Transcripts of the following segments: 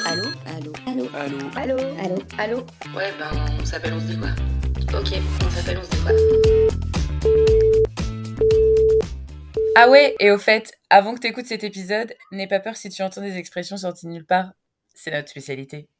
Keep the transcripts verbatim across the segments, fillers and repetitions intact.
Allô? Allô? Allô? Allô? Allô? Allô? Allô? Ouais, ben, on s'appelle, on se dit quoi? Ok, on s'appelle, on se dit quoi? Ah ouais, et au fait, avant que t'écoutes cet épisode, n'aie pas peur si tu entends des expressions sorties de nulle part. C'est notre spécialité.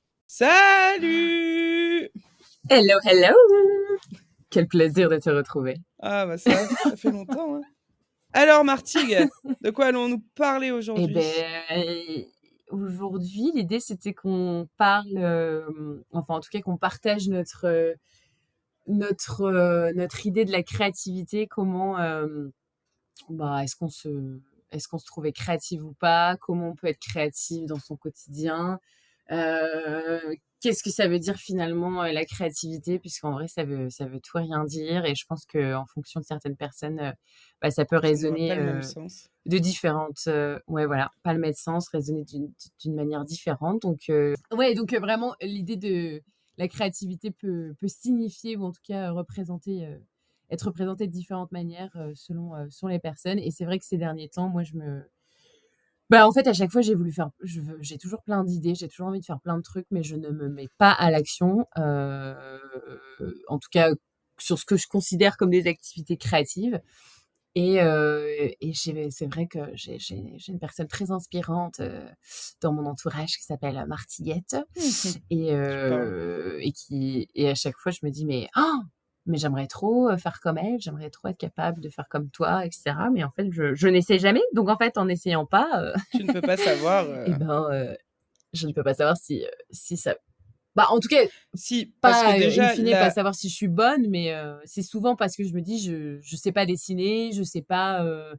Salut! Hello, hello! Quel plaisir de te retrouver. Ah bah ça, ça fait longtemps, hein. Alors Martigues, de quoi allons-nous parler aujourd'hui? Eh ben, aujourd'hui, l'idée c'était qu'on parle, euh, enfin en tout cas qu'on partage notre euh, notre euh, notre idée de la créativité. Comment, euh, bah, est-ce qu'on se est-ce qu'on se trouvait créative ou pas? Comment on peut être créatif dans son quotidien? Euh, qu'est-ce que ça veut dire finalement euh, la créativité? Puisqu'en vrai, ça veut ça veut tout et rien dire. Et je pense que en fonction de certaines personnes, euh, bah, ça peut Ça n'aura résonner pas le même euh, sens. de différentes, euh, ouais voilà, pas le même sens, résonner d'une d'une manière différente. Donc euh, ouais, donc euh, vraiment l'idée de la créativité peut peut signifier ou en tout cas euh, représenter, euh, être représentée de différentes manières euh, selon euh, selon les personnes. Et c'est vrai que ces derniers temps, moi je me bah, en fait, à chaque fois, j'ai voulu faire je veux j'ai toujours plein d'idées, j'ai toujours envie de faire plein de trucs, mais je ne me mets pas à l'action, heu, en tout cas, sur ce que je considère comme des activités créatives. Et heu et j'ai c'est vrai que j'ai j'ai j'ai une personne très inspirante, heu, dans mon entourage qui s'appelle Martiguette Mhm. et Super. heu et qui et à chaque fois, je me dis: «Mais oh! Mais j'aimerais trop, heu, faire comme elle, j'aimerais trop être capable de faire comme toi et cetera». Mais en fait, je je n'essaie jamais. Donc en fait, en n'essayant pas, heu Tu ne peux pas savoir. et euh, ben, heu, je ne peux pas savoir si, heu, si ça bah, en tout cas, Si, parce que pas, heu, in déjà, fine, pas là, savoir si je suis bonne, mais heu, c'est souvent parce que je me dis: «Je je sais pas dessiner, je sais pas, heu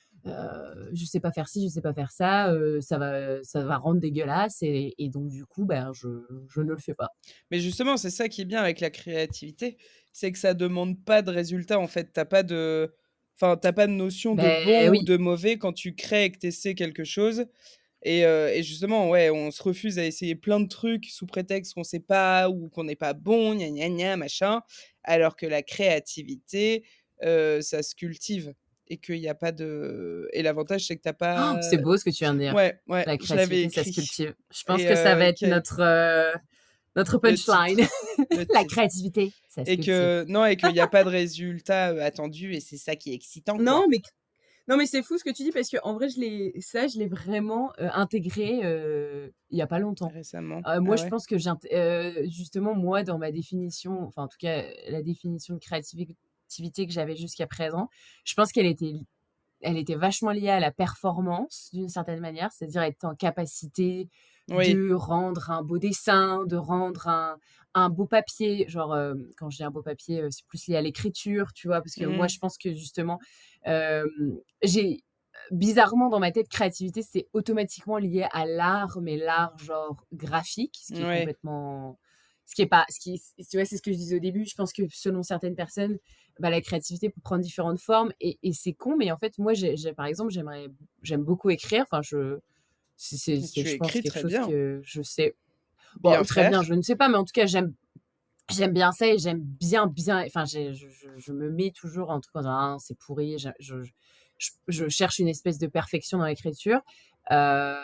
heu, je sais pas faire ci, je sais pas faire ça, heu, ça va ça va rendre dégueulasse» et et donc du coup, ben, je je ne le fais pas. mais justement, c'est ça qui est bien avec la créativité, c'est que ça demande pas de résultat, en fait. T'as pas de... Enfin, t'as pas de notion de Beh, bon ou oui. de mauvais quand tu crées et que tu essaies quelque chose. Et, heu et justement, ouais, on se refuse à essayer plein de trucs sous prétexte qu'on sait pas ou qu'on n'est pas bon, gna gna gna, machin. Alors que la créativité, heu, ça se cultive et qu'il y a pas de et l'avantage, c'est que tu as Oh, pas... c'est beau ce que tu viens de dire. Ouais, ouais, La je l'avais créativité, ça se écrit cultive. Je pense et que ça va heu, être que notre, heu, notre le punchline. titre le La titre créativité, ça se et cultive. que non et qu'il y a pas de résultat, heu, attendu et c'est ça qui est excitant, Non, quoi. mais non, mais c'est fou ce que tu dis parce qu'en vrai, je l'ai ça, je l'ai vraiment, heu, intégré, heu, il y a pas longtemps. Récemment. Heu, moi, Ah je ouais? pense que j'int heu, justement, moi, dans ma définition, enfin, en tout cas, la définition de créativité que j'avais jusqu'à présent, je pense qu'elle était l elle était vachement liée à la performance d'une certaine manière, c'est-à-dire être en capacité Oui. de rendre un beau dessin, de rendre un un beau papier. Genre, hem, quand je dis un beau papier, heu, c'est plus lié à l'écriture, tu vois? Parce que moi, Mmh. je pense que justement, hem, j'ai bizarrement dans ma tête, créativité, c'est automatiquement lié à l'art, mais l'art genre graphique, ce qui est Ouais. complètement ce qui est pas ce qui tu vois, c'est ce que je disais au début, je pense que selon certaines personnes, bah, la créativité peut prendre différentes formes et et c'est con, mais en fait, moi, j'ai j'ai par exemple, j'aimerais j'aime beaucoup écrire, enfin je c'est c'est Et c'est tu je pense écris quelque très chose bien. que je sais bon, Bien très bien, faire. je ne sais pas, mais en tout cas, j'aime j'aime bien ça et j'aime bien bien enfin, j'ai je je je me mets toujours en tout cas: «Ah, c'est pourri», je je je je cherche une espèce de perfection dans l'écriture, heu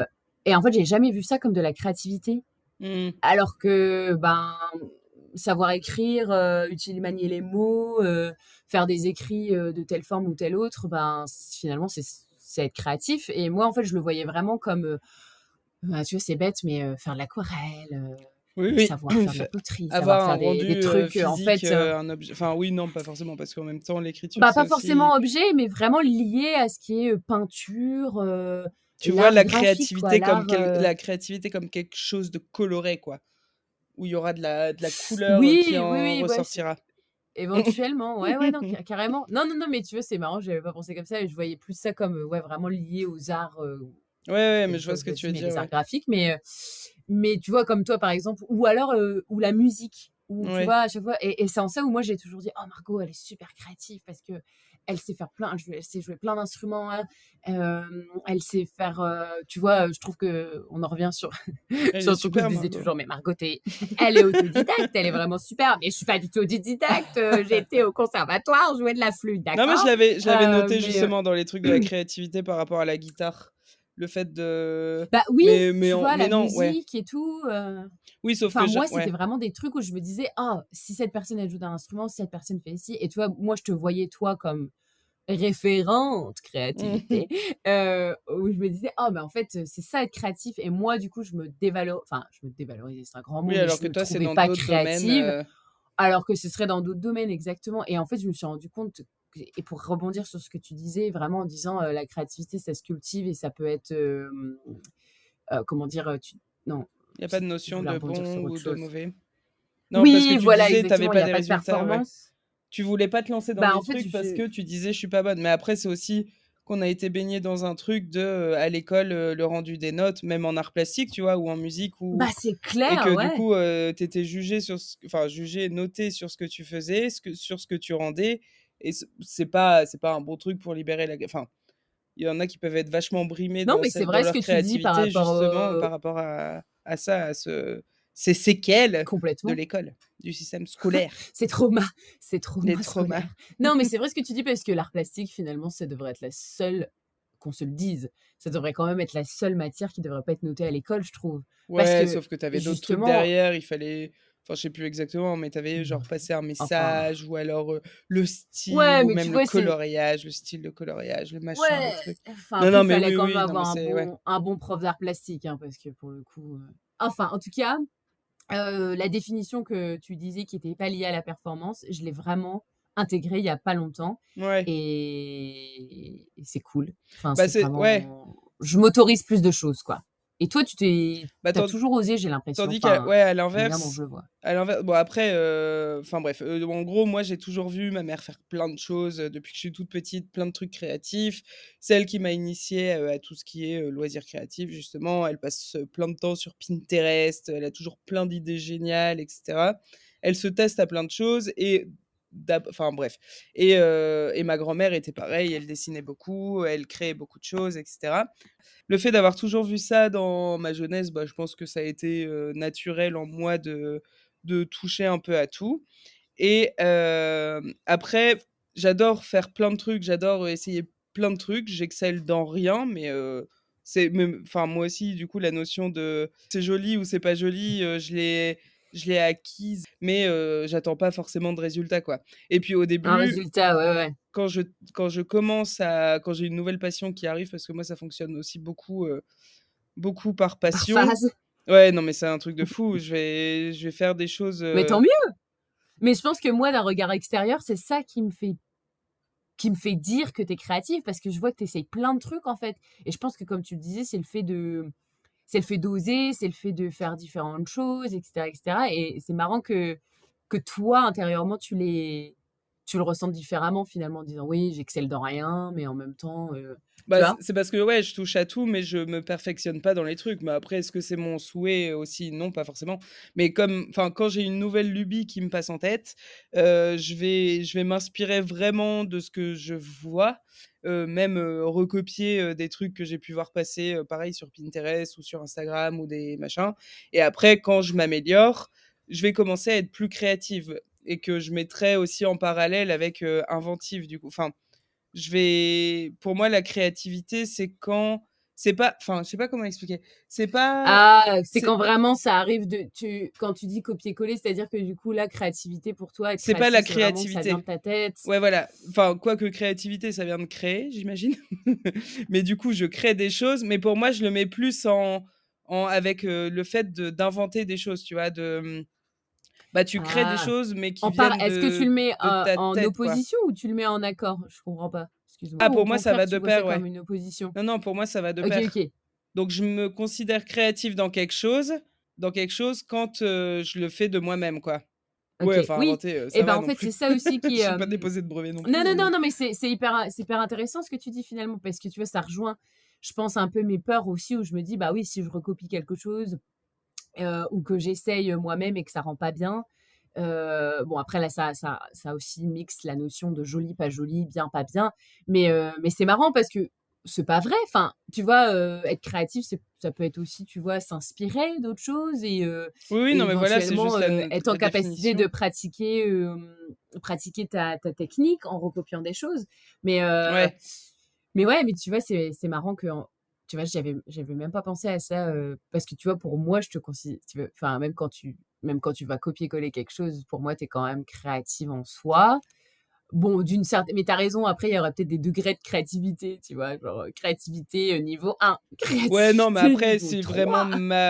et en fait, j'ai jamais vu ça comme de la créativité. Mmh. Alors que, ben, savoir écrire, heu, utili manier les mots, heu, faire des écrits, heu, de telle forme ou telle autre, ben, c finalement, c'est c'est être créatif et moi, en fait, je le voyais vraiment comme, heu, bah, tu vois, c'est bête, mais heu, faire de l'aquarelle, heu, Oui, savoir oui, faire de la fai poterie, savoir avoir un faire des des rendu, heu, trucs, heu, en physique, fait, heu, heu, un objet enfin oui, non, pas forcément parce qu'en même temps l'écriture bah, c'est pas forcément aussi... objet, mais vraiment lié à ce qui est, heu, peinture, heu, Tu vois l'art la graphique, quoi, créativité comme l'art, quel heu la créativité comme quelque chose de coloré, quoi, où il y aura de la de la couleur, heu, qui oui, oui, en oui, ouais, ressortira. éventuellement, ouais, ouais, non, ca carrément. Non, non, non, mais tu vois, c'est marrant, j'avais pas pensé comme ça et je voyais plus ça comme, heu, ouais, vraiment lié aux arts, heu, Ouais, ouais, mais et je vois toi, ce que tu vas-y, veux mais dire, les arts ouais. graphiques, mais heu, mais tu vois, comme toi, par exemple, ou alors, heu, ou la musique, où tu Ouais. vois, à chaque fois et et c'est en ça où moi, j'ai toujours dit: «Oh Margot, elle est super créative parce que elle sait faire plein elle elle sait jouer plein d'instruments, hein, hem, elle sait faire», heu, tu vois, heu, je trouve qu'on en revient sur Elle est sur le truc où je super disais Margot. toujours: «Mais Margot, tu elle est autodidacte, elle est vraiment super». Mais je suis pas du tout autodidacte, heu, j'ai été au conservatoire jouer de la flûte, Non, mais je d'accord? l'avais je l'avais Heu, noté mais heu justement dans les trucs de la créativité par rapport à la guitare. le fait de Bah oui, mais mais tu en vois, mais la non, ouais. musique et tout. euh, Oui, sauf Enfin, que je moi, c'était ouais. vraiment des trucs où je me disais, ah, si cette personne elle joue d'un instrument, si cette personne fait ci. Et tu vois, moi, je te voyais, toi, comme référente créativité, euh, où je me disais, oh, mais en fait, c'est ça être créatif. Et moi, du coup, je me dévalorisais, enfin, je me dévalorisais, c'est un grand mot, Oui, mais alors je que me toi, c'est trouvais dans pas d'autres domaines, créative, heu alors que ce serait dans d'autres domaines, exactement. Et en fait, je me suis rendu compte, que- et pour rebondir sur ce que tu disais, vraiment en disant, euh, la créativité, ça se cultive et ça peut être, euh, euh, comment dire, euh, tu... non, il y a pas c'est- de je notion voulais de rebondir bon sur autre ou de chose. mauvais. Non, parce que Oui, tu voilà, disais, tu avais exactement, il pas n'y a des pas de résultats, ouais. performance. Tu voulais pas te lancer dans Bah, des en fait, trucs parce je... que tu disais: «Je suis pas bonne». Mais après, c'est aussi qu'on a été baigné dans un truc de, heu, à l'école, heu, le rendu des notes, même en arts plastiques, tu vois? Ou en musique Bah, ou c'est et clair, que du ouais. coup, heu, tu étais jugé sur ce enfin jugé, noté sur ce que tu faisais, ce que sur ce que tu rendais et c c'est pas c'est pas un bon truc pour libérer la enfin, il y en a qui peuvent être vachement brimés Non, dans mais ce c'est dans vrai ce leur que tu dis par créativité rapport justement au... par rapport à à ça, à ce ces séquelles de Complètement. l'école, du système scolaire, C'est trauma, c'est les trauma traumas. scolaire. Non, mais c'est vrai ce que tu dis parce que l'art plastique, finalement, ça devrait être la seule, qu'on se le dise, ça devrait quand même être la seule matière qui devrait pas être notée à l'école, je trouve. Parce Ouais, que, sauf que tu avais d'autres trucs justement, derrière, il fallait enfin, je sais plus exactement, mais tu avais non, genre passer un enfin, message ou alors, heu, le style ouais, ou mais tu même le vois, c'est... coloriage, le style de coloriage, le machin, le Ouais, truc. enfin, Non, après, non, il mais fallait oui, quand même oui, non, mais avoir un c'est ouais. bon, un bon prof d'art plastique, hein, parce que pour le coup... euh, Enfin, en tout cas, euh, la définition que tu disais qui n'était pas liée à la performance, je l'ai vraiment intégrée il y a pas longtemps Ouais. et, et c'est cool. Enfin, Bah, c'est c'est ouais, vraiment... Je m'autorise plus de choses, quoi. Et toi, tu t'es... bah, T'as tant toujours osé, j'ai l'impression. tandis qu'à Enfin, ouais, à la manière dont je l'inverse le vois. à l'inverse bon après, heu, enfin bref, heu, en gros, moi, j'ai toujours vu ma mère faire plein de choses, heu, depuis que je suis toute petite, plein de trucs créatifs. C'est elle qui m'a initiée, heu, à tout ce qui est, heu, loisirs créatifs, justement. Elle passe, heu, plein de temps sur Pinterest, elle a toujours plein d'idées géniales et cetera. Elle se teste à plein de choses et d'ab enfin bref et heu et ma grand-mère était pareil, elle dessinait beaucoup, elle créait beaucoup de choses et cetera. Le fait d'avoir toujours vu ça dans ma jeunesse, bah, je pense que ça a été, heu, naturel en moi de de toucher un peu à tout et hem, après j'adore faire plein de trucs, j'adore, heu, essayer plein de trucs, j'excelle dans rien mais heu, c'est même enfin moi aussi du coup la notion de c'est joli ou c'est pas joli, heu, je l'ai je l'ai acquise mais heu, j'attends pas forcément de résultats, quoi et puis au Un début résultat, ouais, ouais. quand je quand je commence à quand j'ai une nouvelle passion qui arrive parce que moi ça fonctionne aussi beaucoup, heu, beaucoup par Par passion. phase. Ouais, non mais c'est un truc de fou. Je vais je vais faire des choses, Mais heu tant mieux. Mais je pense que moi, d'un regard extérieur, c'est ça qui me fait qui me fait dire que tu es créative parce que je vois que tu essayes plein de trucs en fait. Et je pense que comme tu le disais, c'est le fait de c'est le fait d'oser, c'est le fait de faire différentes choses, et cetera, et cetera. Et c'est marrant que que toi intérieurement tu les tu le ressentes différemment finalement en disant oui, j'excelle dans rien, mais en même temps, euh, tu bah, c'est vois. c'est parce que, ouais, je touche à tout, mais je me perfectionne pas dans les trucs. Mais après, est-ce que c'est mon souhait aussi? Non, pas forcément. Mais comme enfin, quand j'ai une nouvelle lubie qui me passe en tête, heu, je vais je vais m'inspirer vraiment de ce que je vois, heu, même, heu, recopier, heu, des trucs que j'ai pu voir passer, heu, pareil sur Pinterest ou sur Instagram ou des machins et après quand je m'améliore, je vais commencer à être plus créative et que je mettrai aussi en parallèle avec, heu, inventive du coup. Enfin, je vais pour moi, la créativité, c'est quand c'est pas enfin, je sais pas comment expliquer. C'est pas Ah, c'est c'est quand vraiment ça arrive de tu quand tu dis copier-coller, c'est-à-dire que du coup la créativité pour toi, être c'est pas la créatif, c'est vraiment que ça vient de créativité. ta tête. Ouais, voilà. Enfin, quoique créativité, ça vient de créer, j'imagine. Mais du coup, je crée des choses, mais pour moi, je le mets plus en en avec, heu, le fait de d'inventer des choses, tu vois? De, mmh, bah, tu crées des Ah, choses, mais qui en par viennent est-ce que tu de le mets, de heu, ta en tête, quoi. opposition ou tu le mets en accord? Je comprends pas, excuse-moi. Ah, Ou au pour moi, ça contraire, va tu de vois ça pair, comme ouais. une opposition? Non, non, pour moi, ça va de OK, pair. OK. Donc je me considère créative dans quelque chose dans quelque chose quand, heu, je le fais de moi-même, quoi. OK, Ouais, enfin oui inventer, heu, et ça ben, va en non fait, plus. c'est ça aussi qui est, J'ai pas hem déposé de brevet non non, plus, non, hein, non, mais non, mais c'est c'est hyper in c'est hyper intéressant ce que tu dis finalement parce que tu vois, ça rejoint, je pense, un peu mes peurs aussi où je me dis: «Bah oui, si je recopie quelque chose, heu, ou que j'essaye, moi-même et que ça rend pas bien», heu, bon après là, ça ça ça aussi mixe la notion de joli, pas joli, bien, pas bien, mais heu, mais c'est marrant parce que c'est pas vrai. Enfin, tu vois, heu, être créatif, c'est ça peut être aussi, tu vois, s'inspirer d'autres choses et heu oui, oui, et non, mais voilà, c'est éventuellement, juste la heu, n être en la capacité de définition. pratiquer, hem, pratiquer ta ta technique en recopiant des choses. Mais heu, Ouais. mais ouais, mais tu vois, c'est c'est marrant qu'en tu vois, j'avais j'avais même pas pensé à ça, heu, parce que, tu vois, pour moi, je te considère tu veux enfin, même quand tu même quand tu vas copier-coller quelque chose, pour moi, tu es quand même créative en soi. Bon, d'une certaine mais tu as raison, après, il y aurait peut-être des degrés de créativité, tu vois? Genre, heu, créativité, heu, niveau un, Ouais, non, mais créativité après, niveau c'est vraiment trois.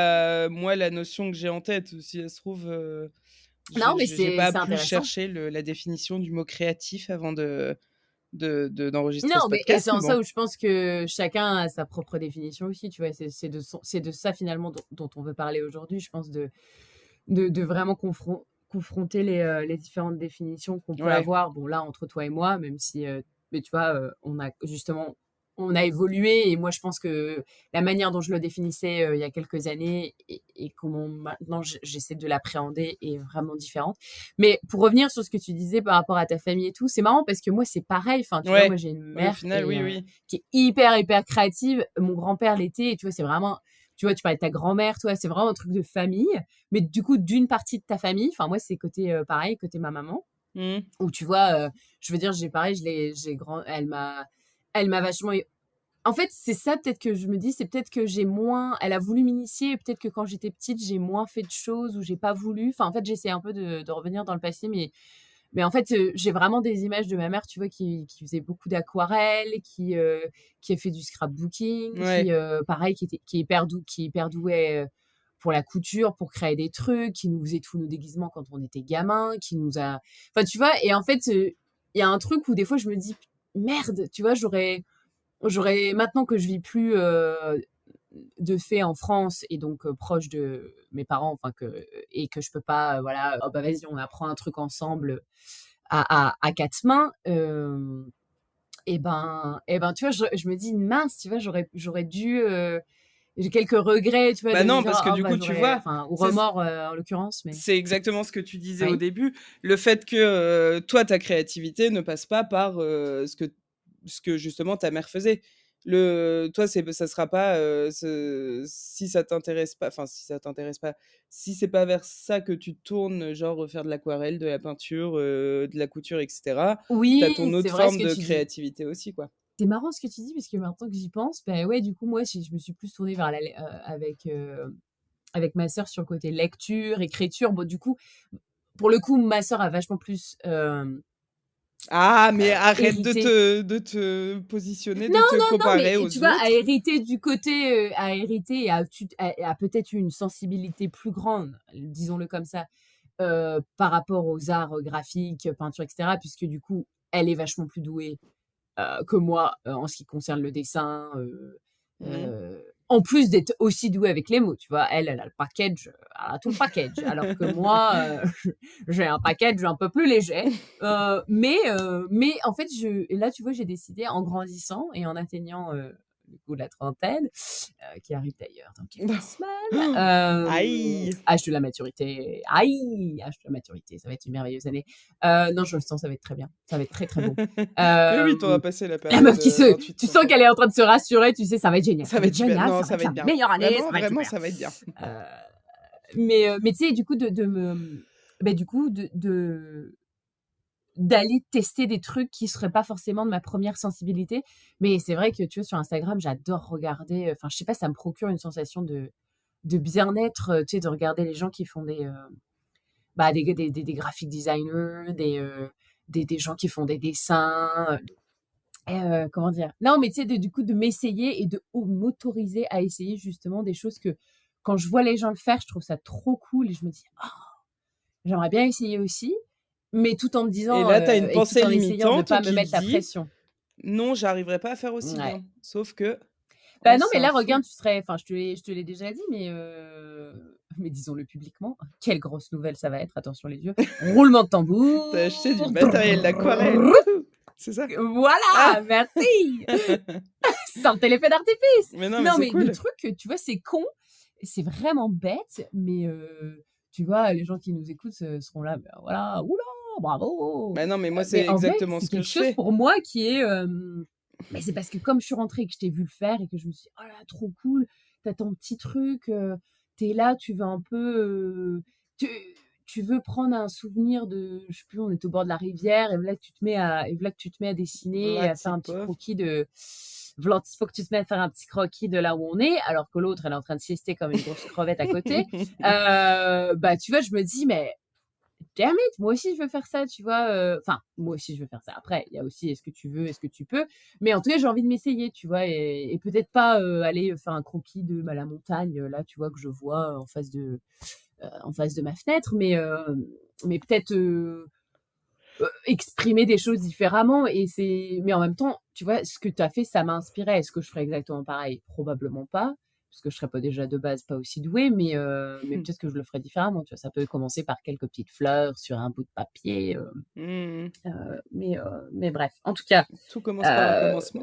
ma moi, la notion que j'ai en tête. Si ça se trouve, heu, Non, j'ai mais j'ai j'ai c'est pas c'est plus intéressant. cherché le la définition du mot créatif avant de de de d'enregistrer ce Non, mais et podcast, c'est mais en ça bon. où je pense que chacun a sa propre définition aussi, tu vois? C'est c'est de son c'est de ça finalement dont dont on veut parler aujourd'hui, je pense de de de vraiment confron confronter les, heu, les différentes définitions qu'on peut Ouais. avoir. Bon là, entre toi et moi, même si, heu, mais tu vois, heu, on a justement on a évolué et moi je pense que la manière dont je le définissais, heu, il y a quelques années et et comment maintenant j j'essaie de l'appréhender est vraiment différente. Mais pour revenir sur ce que tu disais par rapport à ta famille et tout, c'est marrant parce que moi c'est pareil, enfin tu vois, moi Ouais. j'ai une Oui, au mère final, et oui, heu, oui. qui est hyper, hyper créative. Mon grand-père l'était et tu vois, c'est vraiment tu vois, tu parlais de ta grand-mère, toi, c'est vraiment un truc de famille, mais du coup d'une partie de ta famille. Enfin moi c'est côté, heu, pareil, côté ma maman, Mmh. où tu vois, heu, je veux dire, j'ai pareil, je l'ai j'ai grand elle m'a elle m'a vachement é en fait, c'est ça peut-être que je me dis, c'est peut-être que j'ai moins elle a voulu m'initier et peut-être que quand j'étais petite, j'ai moins fait de choses ou j'ai pas voulu. Enfin, en fait, j'essaie un peu de de revenir dans le passé, mais mais en fait, heu, j'ai vraiment des images de ma mère, tu vois, qui qui faisait beaucoup d'aquarelles, qui, heu, qui a fait du scrapbooking, qui, Ouais. heu, pareil, qui était qui est hyper dou qui est hyper douée, heu, pour la couture, pour créer des trucs, qui nous faisait tous nos déguisements quand on était gamins, qui nous a enfin, tu vois? Et en fait, heu, il y a un truc où des fois je me dis: «Merde», tu vois? J'aurais J'aurais maintenant que je vis plus, heu, de fait en France et donc heu, proche de mes parents, enfin que et que je peux pas, heu, voilà, «Oh bah, vas-y, on apprend un truc ensemble, à à à quatre mains», hem et ben et ben, tu vois, je je me dis: «Mince», tu vois, j'aurais j'aurais dû, heu, j'ai quelques regrets, tu vois, Bah de me non, dire: parce que «Ah du bah, coup, tu j'aurais» vois, enfin ou c'est remords, heu, en l'occurrence, mais c'est exactement ce que tu disais au oui. début. Le fait que, heu, toi, ta créativité ne passe pas par, heu, ce que ce que justement ta mère faisait. Le toi, c'est ça sera pas, heu, ce si ça t'intéresse pas, enfin, si ça t'intéresse pas, si c'est pas vers ça que tu te tournes, genre, faire de l'aquarelle, de la peinture, heu, de la couture et cetera, tu as Oui, ton c'est autre vrai ce forme que de tu dis. créativité aussi, quoi. C'est marrant ce que tu dis parce que maintenant que j'y pense, bah, ouais, du coup, moi, si je me suis plus tournée vers la lé heu, avec, heu, avec ma sœur sur le côté lecture, écriture. Bon, du coup, pour le coup, ma sœur a vachement plus, hem, Ah, mais heu, arrête de hérité te de te positionner, non, de te non, non, mais comparer tu aux vois, a autres. hérité du côté, heu, a hérité et a tu a a peut-être eu une sensibilité plus grande, disons-le comme ça, heu, par rapport aux arts, heu, graphiques, peinture et cetera, puisque du coup, elle est vachement plus douée heu, que moi, heu, en ce qui concerne le dessin, heu Mmh. heu, en plus d'être aussi douée avec les mots, tu vois? Elle, elle a le package, heu, elle a tout le package, alors que moi, heu, j'ai un package un peu plus léger, heu, mais heu, mais en fait, je et là, tu vois, j'ai décidé en grandissant et en atteignant, heu, du coup la trentaine, heu, qui arrive d'ailleurs dans quelques semaines, hem, Aïe! âge de la maturité, aïe! Âge de la maturité, ça va être une merveilleuse année. Heu, non, je le sens, ça va être très bien, ça va être très, très bon. Mais oui, tu Hem, auras passé la la meuf période, qui heu, se vingt-huit tu sens trente ans. qu'elle est en train de se rassurer, tu sais, ça va être génial, Ça ça va va être être super. génial, Non, ça va ça être va la être bien. meilleure année, ça Vraiment, va être vraiment, super. ça va être bien. Heu, mais heu, mais tu sais, du coup, de de me beh, du coup, de de d'aller tester des trucs qui seraient pas forcément de ma première sensibilité. Mais c'est vrai que, tu vois, sur Instagram, j'adore regarder, enfin, je sais pas, ça me procure une sensation de de bien-être, heu, tu sais, de regarder les gens qui font des, heu, bah, des des des des graphic designers, des, heu, des des gens qui font des dessins, Et heu, comment dire? Non, mais tu sais, de du coup, de m'essayer et de au m'autoriser à essayer justement des choses que, quand je vois les gens le faire, je trouve ça trop cool et je me dis: «Oh, j'aimerais bien essayer aussi», mais tout en me Et disant, là, tu as heu une et tout pensée en essayant de limitante pas me qui te mettre la dit: pression. «Non, j'arriverai pas à faire aussi Ouais. bien». Sauf que Bah, on non, mais s'en là, fout. regarde, tu serais enfin, je te l'ai je te l'ai déjà dit, mais heu, mais disons-le publiquement, quelle grosse nouvelle ça va être, attention les yeux. Roulement de Tu as acheté du tambour. matériel d'aquarelle. Wouhou! C'est ça? Ah! Voilà, merci! Sortez l'effet d'artifice! Mais non, mais Non, c'est mais le cool. truc, tu vois, c'est con, c'est vraiment bête, mais heu, tu vois, les gens qui nous écoutent, heu, seront là: «Bah, voilà, ouh là, bravo!» Bah non, mais moi, heu, mais c'est en vrai, exactement c'est ce que quelque je chose fais. pour moi qui est, hem, mais c'est parce que comme je suis rentrée et que je t'ai vu le faire et que je me suis dit: «Oh là, trop cool, tu as ton petit truc, heu, tu es là, tu veux un peu, heu, tu tu veux prendre un souvenir de» je sais plus, on était au bord de la rivière et voilà que tu te mets à et voilà que tu te mets à dessiner et à faire un petit Vlaxikov. croquis de v'là faut que tu te mettes à faire un petit croquis de là où on est, alors que l'autre, elle est en train de siester comme une grosse crevette à côté. Euh, bah, tu vois, je me dis, mais damn it, moi aussi je veux faire ça, tu vois. euh, Enfin, moi aussi je veux faire ça. Après, il y a aussi est-ce que tu veux, est-ce que tu peux. Mais en tout cas, j'ai envie de m'essayer, tu vois, et, et peut-être pas euh, aller faire un croquis de bah, la montagne, là, tu vois, que je vois en face de, euh, en face de ma fenêtre, mais, euh, mais peut-être euh, euh, exprimer des choses différemment. Et c'est, mais en même temps, tu vois, ce que tu as fait, ça m'a inspiré. Est-ce que je ferais exactement pareil? Probablement pas. Parce que je serais pas déjà de base pas aussi douée, mais, euh, mais peut-être que je le ferais différemment. Tu vois, ça peut commencer par quelques petites fleurs sur un bout de papier. euh, Mmh. euh, mais, euh, mais bref, en tout cas, Tout commence par un euh, commencement.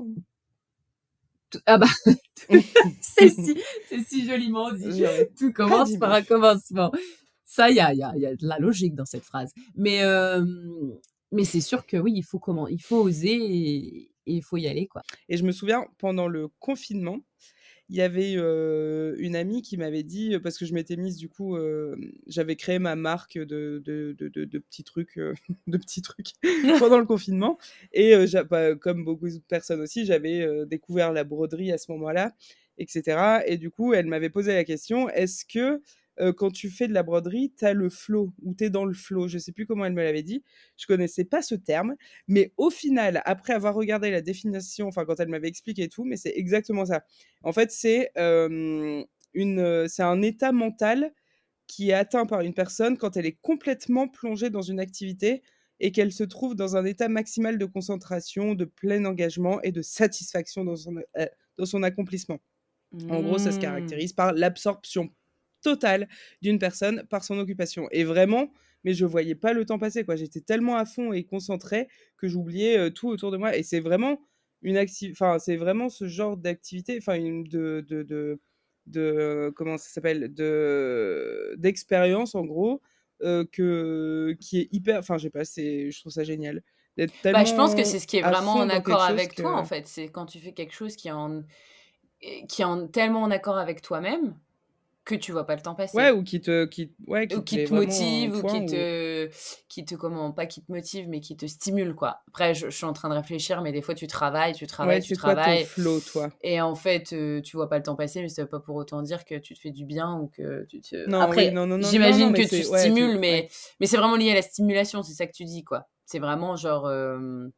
tout- ah bah, c'est si, c'est si joliment dit. J'aurais Tout pas commence dit par mieux. un commencement. Ça, il y a, il y, a, il y a de la logique dans cette phrase. Mais, euh, mais c'est sûr que oui, il faut comment, il faut oser et, et il faut y aller, quoi. Et je me souviens, pendant le confinement, il y avait euh, une amie qui m'avait dit, euh, parce que je m'étais mise, du coup, euh, j'avais créé ma marque de, de, de, de, de petits trucs, euh, de petits trucs pendant le confinement. Et euh, j'a- bah, comme beaucoup de personnes aussi, j'avais euh, découvert la broderie à ce moment-là, et cetera. Et du coup, elle m'avait posé la question, est-ce que euh, quand tu fais de la broderie, tu as le flow, ou tu es dans le flow? Je sais plus comment elle me l'avait dit. Je connaissais pas ce terme. Mais au final, après avoir regardé la définition, enfin quand elle m'avait expliqué et tout, mais c'est exactement ça. En fait, c'est euh, une, euh, c'est un état mental qui est atteint par une personne quand elle est complètement plongée dans une activité et qu'elle se trouve dans un état maximal de concentration, de plein engagement et de satisfaction dans son, euh, dans son accomplissement. En gros, ça se Mmh. caractérise par l'absorption totale d'une personne par son occupation. Et vraiment, mais je voyais pas le temps passer, quoi. J'étais tellement à fond et concentrée que j'oubliais euh, tout autour de moi. Et c'est vraiment une activité, enfin, c'est vraiment ce genre d'activité, enfin, une de, de, de, de, euh, comment ça s'appelle, de, d'expérience, en gros, euh, que, qui est hyper, enfin, je sais pas, c'est, je trouve ça génial d'être Bah, je pense que tellement c'est ce qui est à vraiment fond en dans quelque accord chose avec toi, en que, fait. C'est quand tu fais quelque chose qui est en, qui est en- tellement en accord avec toi-même que tu vois pas le temps ouais, passer. ou qui te, qui, ouais, Ou qui te qui met te vraiment à un motive, ou point qui où, te qui te comment pas qui te motive, mais qui te stimule, quoi. Après, je je suis en train de réfléchir, mais des fois, tu travailles, tu ouais, travailles, tu c'est quoi ton travailles flow, toi? et en fait, heu, tu vois pas le temps passer, mais ça veut pas pour autant dire que tu te fais du bien ou que tu te Non, oui, après, non, non, non, non, non, j'imagine mais que tu c'est, ouais, tu, stimules, mais ouais. mais c'est vraiment lié à la stimulation, c'est ça que tu dis, quoi. C'est vraiment genre, hem,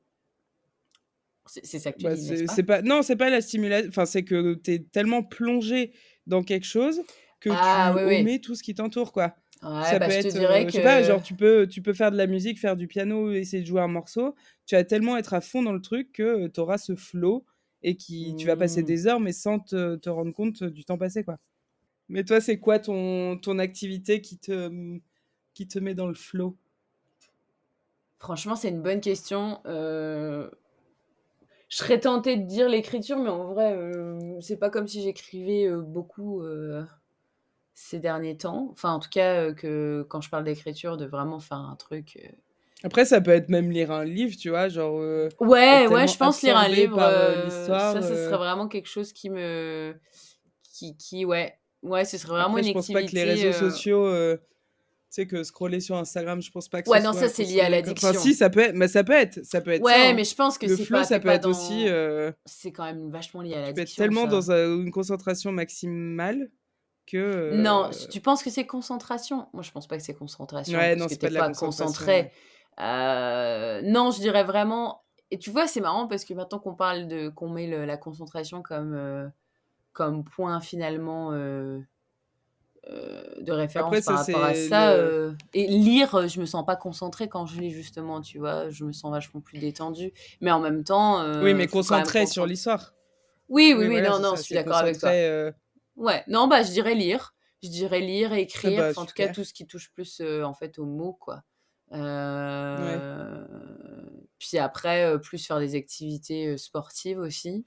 c'est c'est ça que tu Bah, dis, n'est-ce c'est pas? c'est pas, non, c'est pas la stimulation, enfin, c'est que tu es tellement plongé dans quelque chose que Ah tu oui, oui. omets tout ce qui t'entoure, quoi. Ouais, Ça bah, peut je te être, dirais heu, je sais pas, que genre, tu peux tu peux faire de la musique, faire du piano, essayer de jouer un morceau. Tu vas tellement être à fond dans le truc que, tu auras ce flow et qui tu vas passer mmh. des heures, mais sans te te rendre compte, du temps passé, quoi. Mais toi, c'est quoi ton ton activité qui te, mmh, qui te met dans le flow? Franchement, c'est une bonne question, heu je serais tentée de dire l'écriture, mais en vrai, heu, c'est pas comme si j'écrivais, heu, beaucoup, heu, ces derniers temps. Enfin, en tout cas, heu, que quand je parle d'écriture, de vraiment faire un truc, heu Après, ça peut être même lire un livre, tu vois? Genre, heu, être ouais, ouais, tellement je pense lire un absorbé livre, par, heu, heu, l'histoire, ça, ce serait heu vraiment quelque chose qui me qui qui ouais, ouais, ce serait vraiment après, une je pense pas que les activité, réseaux heu sociaux, heu, tu sais, que scroller sur Instagram, je pense pas que ce ouais, non, ça, soit c'est lié à considéré comme, enfin si, l'addiction. ça peut être, mais ça peut être ça peut être ça, Ouais, hein. mais je pense que Le c'est flow, pas ça tu peut pas être aussi, dans heu, c'est quand même vachement lié à tu peux être l'addiction, tellement ça. dans, heu, une concentration maximale que, Non, heu si tu penses que c'est concentration? Moi, je pense pas que c'est concentration ouais, parce non, que c'est tu pas es de la pas concentration, ouais. concentré. Heu, non, je dirais vraiment et tu vois, c'est marrant parce que maintenant qu'on parle de qu'on met le la concentration comme, heu, comme point finalement, heu heu, de référence Après par ça, rapport à c'est ça, le heu et lire, heu, je me sens pas concentrée quand je lis justement, tu vois? Je me sens vachement plus détendue, mais en même temps, oui, heu, mais faut quand même concentré qu'on sur s'en l'histoire. oui, oui, Oui, oui, voilà, non, c'est non, je ça, suis c'est d'accord avec toi. concentré, heu Ouais, non, bah, je dirais lire. Je dirais lire, ah écrire, bah, enfin, en tout cas, tout super. ce qui touche plus, heu, en fait, aux mots, quoi. Ouais. Heu, Puis après, heu, plus faire des activités, heu, sportives aussi,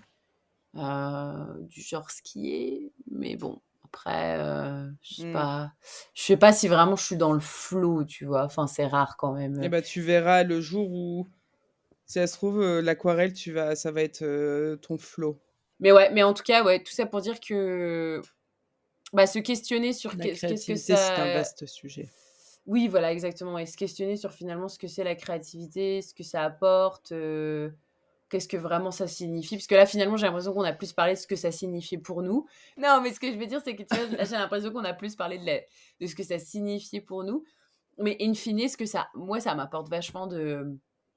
heu, du genre skier, mais bon, après, heu, je sais Mmh. pas je sais pas si vraiment je suis dans le flow, tu vois? Enfin, c'est rare quand même, Et heu, bah, tu verras le jour où, si ça se trouve, heu, l'aquarelle, tu vas ça va être, heu, ton flow. mais ouais, mais en tout cas, ouais, tout ça pour dire que, bah, se questionner sur La qu'est-ce qu'est-ce que créativité, c'est un ça vaste sujet. oui, voilà, exactement et se questionner sur finalement ce que c'est la créativité, ce que ça apporte, heu qu'est-ce que vraiment ça signifie. Parce que là, finalement, j'ai l'impression qu'on a plus parlé de ce que ça signifiait pour nous. Non, mais ce que je veux dire, c'est que tu vois, là, j'ai l'impression qu'on a plus parlé de, la- de ce que ça signifiait pour nous. Mais in fine, ce que ça, moi, ça m'apporte vachement de,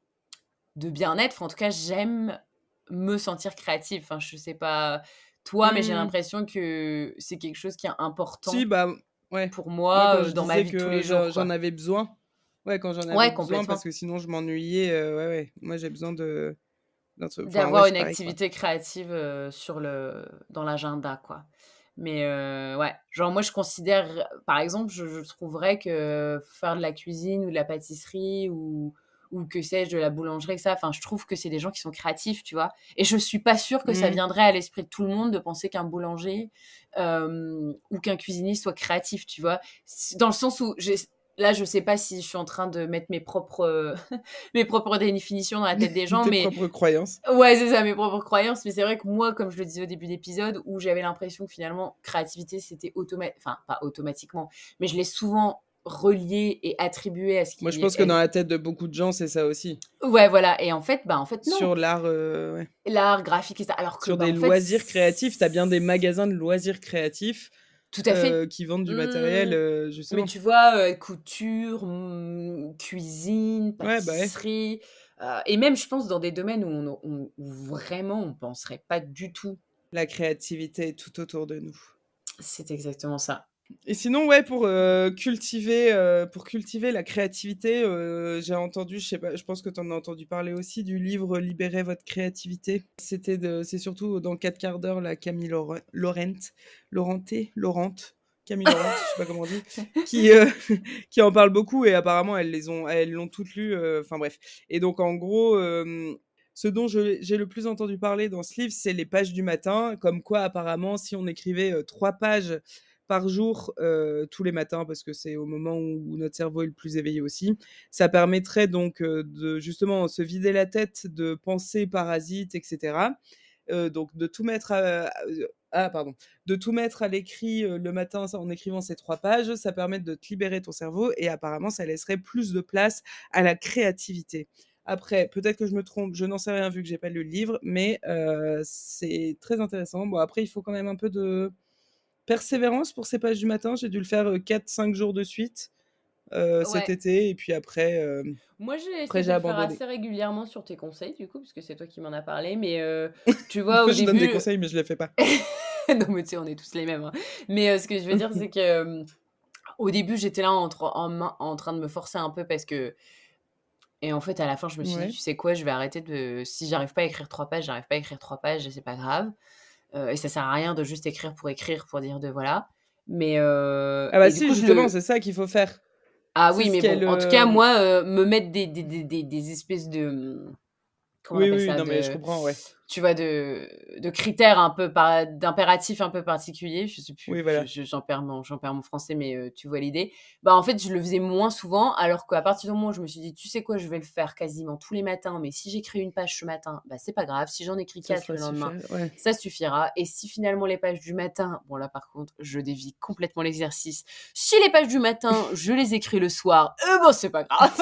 de bien-être. Enfin, en tout cas, j'aime me sentir créative. Enfin, je sais pas toi, mais j'ai Mmh. l'impression que c'est quelque chose qui est Si, important bah, ouais. pour Moi, moi quand euh, je dans ma disais vie de tous que les jours, j'en j'en quoi. avais besoin, ouais, quand j'en avais Ouais, besoin, parce complètement. que sinon je m'ennuyais, euh, ouais, ouais. Moi, j'ai besoin de d'un truc. Enfin, ouais, D'avoir c'est une pareil, quoi. activité créative euh, sur le, dans l'agenda, quoi. Mais euh, ouais, genre moi je considère, par exemple, je, je trouverais que faire de la cuisine ou de la pâtisserie ou, ou que sais-je, de la boulangerie, que ça, enfin je trouve que c'est des gens qui sont créatifs, tu vois. Et je suis pas sûre que ça Mmh. viendrait à l'esprit de tout le monde de penser qu'un boulanger euh, ou qu'un cuisinier soit créatif, tu vois. C'est- Dans le sens où, j'ai- là je sais pas si je suis en train de mettre mes propres, mes propres définitions dans la tête des gens, Tes mais propres croyances. ouais, c'est ça, mes propres croyances. Mais c'est vrai que moi, comme je le disais au début d'épisode, où j'avais l'impression que finalement, créativité, c'était automatique. Enfin, pas automatiquement, mais je l'ai souvent relié et attribué à ce Moi, je qui pense que dans est. la tête de beaucoup de gens, c'est ça aussi. Ouais, voilà. Et en fait, bah, en fait, non. Sur l'art, euh, ouais. L'art graphique et ça. Alors que, Sur bah, des en fait. loisirs créatifs, t'as bien des magasins de loisirs créatifs Tout à fait. euh, qui vendent du matériel, Mmh. euh, Mais justement. tu vois, euh, couture, mmh, cuisine, Ouais, bah ouais. pâtisserie. euh, et même, je pense, dans des domaines où, on, on- où vraiment on penserait pas du tout. La créativité est tout autour de nous. C'est exactement ça. Et sinon, ouais, pour euh, cultiver, euh, pour cultiver la créativité, euh, j'ai entendu, je sais pas, je pense que tu en as entendu parler aussi du livre Libérez votre créativité. C'était de, c'est surtout dans quatre quarts d'heure la Camille Laure- Laurent, Laurenté, Laurente, Camille Laurent, je sais pas comment on dit, qui euh, qui en parle beaucoup et apparemment elles les ont, elles l'ont toutes lues. euh, Enfin bref. Et donc en gros. euh, ce dont je- j'ai le plus entendu parler dans ce livre, c'est les pages du matin, comme quoi apparemment si on écrivait euh, trois pages par jour euh, tous les matins, parce que c'est au moment où notre cerveau est le plus éveillé aussi, ça permettrait donc euh, de justement se vider la tête de pensées parasites, et cetera. Euh, donc de tout mettre à, à- ah, pardon, de tout mettre à l'écrit euh, le matin en écrivant ces trois pages, ça permet de te libérer ton cerveau et apparemment ça laisserait plus de place à la créativité. Après, peut-être que je me trompe, je n'en sais rien vu que j'ai pas lu le livre, mais euh, c'est très intéressant. Bon, après, il faut quand même un peu de persévérance pour ces pages du matin. J'ai dû le faire quatre cinq jours de suite euh, cet Ouais. été, et puis après, euh, Moi, j'ai après essayé j'ai de le faire abandonné. assez régulièrement sur tes conseils, du coup, parce que c'est toi qui m'en as parlé. Mais euh, tu vois, au Je donne des début. conseils, mais je les fais pas. Non, mais tu sais, on est tous les mêmes. hein. Mais euh, ce que je veux dire, c'est que euh, au début, j'étais là en, tra- en, main- en train de me forcer un peu parce que. Et en fait, à la fin, je me suis dit, Ouais. tu sais quoi, je vais arrêter de. Si j'arrive pas à écrire trois pages, j'arrive pas à écrire trois pages, et c'est pas grave. Euh, et ça sert à rien de juste écrire pour écrire, pour dire de voilà. Mais. euh, Ah bah Et du si, coup, je justement, le. c'est ça qu'il faut faire. Ah C'est oui, ce mais bon, qu'elle... en tout cas, euh, moi, euh, me mettre des, des, des, des, des espèces de. Comment on Oui, appelle oui, ça non, mais je de, comprends, ouais. tu vois, de, de critères un peu, par, d'impératifs un peu particuliers, je sais plus, Oui, je- voilà. je- j'en perds mon, j'en perds mon français, mais euh, tu vois l'idée. Bah, en fait, je le faisais moins souvent, alors qu'à partir du moment où je me suis dit, tu sais quoi, je vais le faire quasiment tous les matins, mais si j'écris une page ce matin, bah, c'est pas grave. Si j'en écris Ça quatre sera le lendemain, suffisant. Ouais. ça suffira. Et si finalement les pages du matin, bon là par contre, je dévie complètement l'exercice. Si les pages du matin, je les écris le soir, euh, bon, c'est pas grave.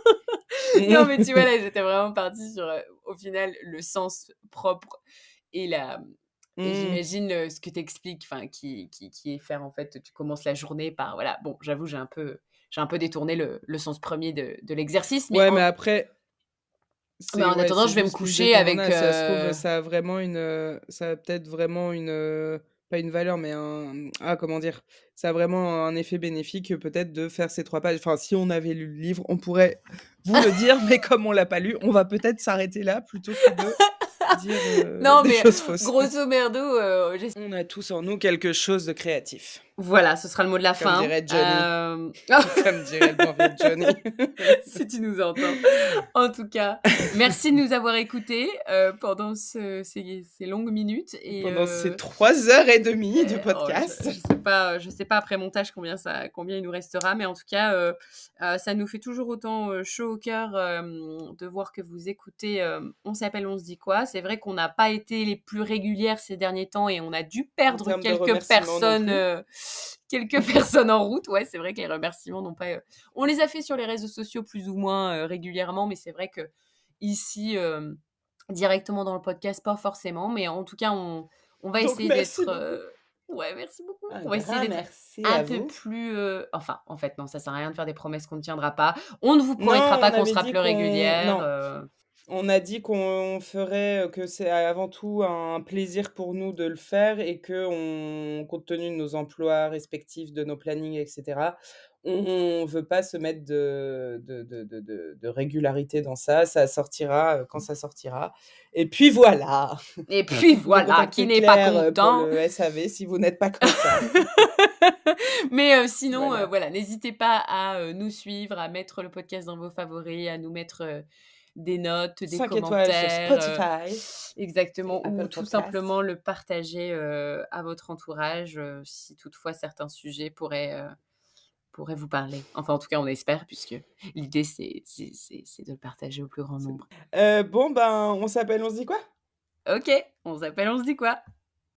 Non, mais tu vois, là, j'étais vraiment partie sur, euh, au final, le sens propre et la. Et Mmh. j'imagine euh, ce que t'expliques, enfin, qui, qui, qui est faire, en fait, tu commences la journée par, voilà, bon, j'avoue, j'ai un peu, j'ai un peu détourné le, le sens premier de, de l'exercice, mais Ouais, en, mais après, mais c'est en ouais, attendant, c'est je vais me juste l'idée coucher qu'on en avec. a. Si ça se trouve, euh, ça a vraiment une, euh, ça a peut-être vraiment une, euh, pas une valeur, mais un, ah, comment dire, ça a vraiment un effet bénéfique euh, peut-être de faire ces trois pages. Enfin, si on avait lu le livre, on pourrait vous le dire, mais comme on l'a pas lu, on va peut-être s'arrêter là plutôt que de dire euh, Non, des mais choses fausses. grosso merdo, euh, j'essaie- On a tous en nous quelque chose de créatif, voilà, ce sera le mot de la comme fin. dirait Johnny, Euh, comme dirait le bon vieux Johnny. si tu nous entends. En tout cas, merci de nous avoir écoutés euh, pendant ce- ces, ces longues minutes. Et, Pendant ces euh, trois heures et demie de euh, oh, podcast. je, je sais pas, je sais pas après montage combien ça, combien il nous restera, mais en tout cas, euh, euh, ça nous fait toujours autant euh, chaud au cœur euh, de voir que vous écoutez. euh, on s'appelle, on se dit quoi. C'est vrai qu'on n'a pas été les plus régulières ces derniers temps et on a dû perdre termes de quelques remerciements non personnes, plus. euh, quelques personnes en route. Ouais, c'est vrai que les remerciements n'ont pas. euh, On les a fait sur les réseaux sociaux plus ou moins euh, régulièrement, mais c'est vrai que ici. euh, directement dans le podcast, pas forcément, mais en tout cas, on on va Donc essayer merci d'être, beaucoup. heu ouais, merci beaucoup. Un On va essayer grand d'être merci un à peu vous. plus, heu enfin, en fait, non, ça sert à rien de faire des promesses qu'on ne tiendra pas. On ne vous Non, promettra pas on qu'on avait sera dit plus qu'on régulières, non. heu On a dit qu'on ferait, heu, que c'est avant tout un plaisir pour nous de le faire et qu'on compte tenu de nos emplois respectifs, de nos plannings et cetera, on veut pas se mettre de de de de de de régularité dans ça. Ça sortira, heu, quand ça sortira et puis voilà! et puis Vous pouvez voilà, qui contacter n'est pas Claire, heu, pour content. le S A V si vous n'êtes pas content. Mais heu, sinon, heu, Voilà. voilà, n'hésitez pas à, heu, nous suivre, à mettre le podcast dans vos favoris, à nous mettre, heu, des notes, des cinq étoiles sur commentaires, heu Spotify et exactement, ou Apple tout Podcasts. simplement le partager, heu, à votre entourage, heu, si toutefois certains sujets pourraient, heu, pourraient vous parler. Enfin, en tout cas, on espère puisque l'idée c'est c'est c'est c'est de le partager au plus grand C'est nombre. heu, bon ben, on s'appelle on se dit quoi? OK, on s'appelle on se dit quoi?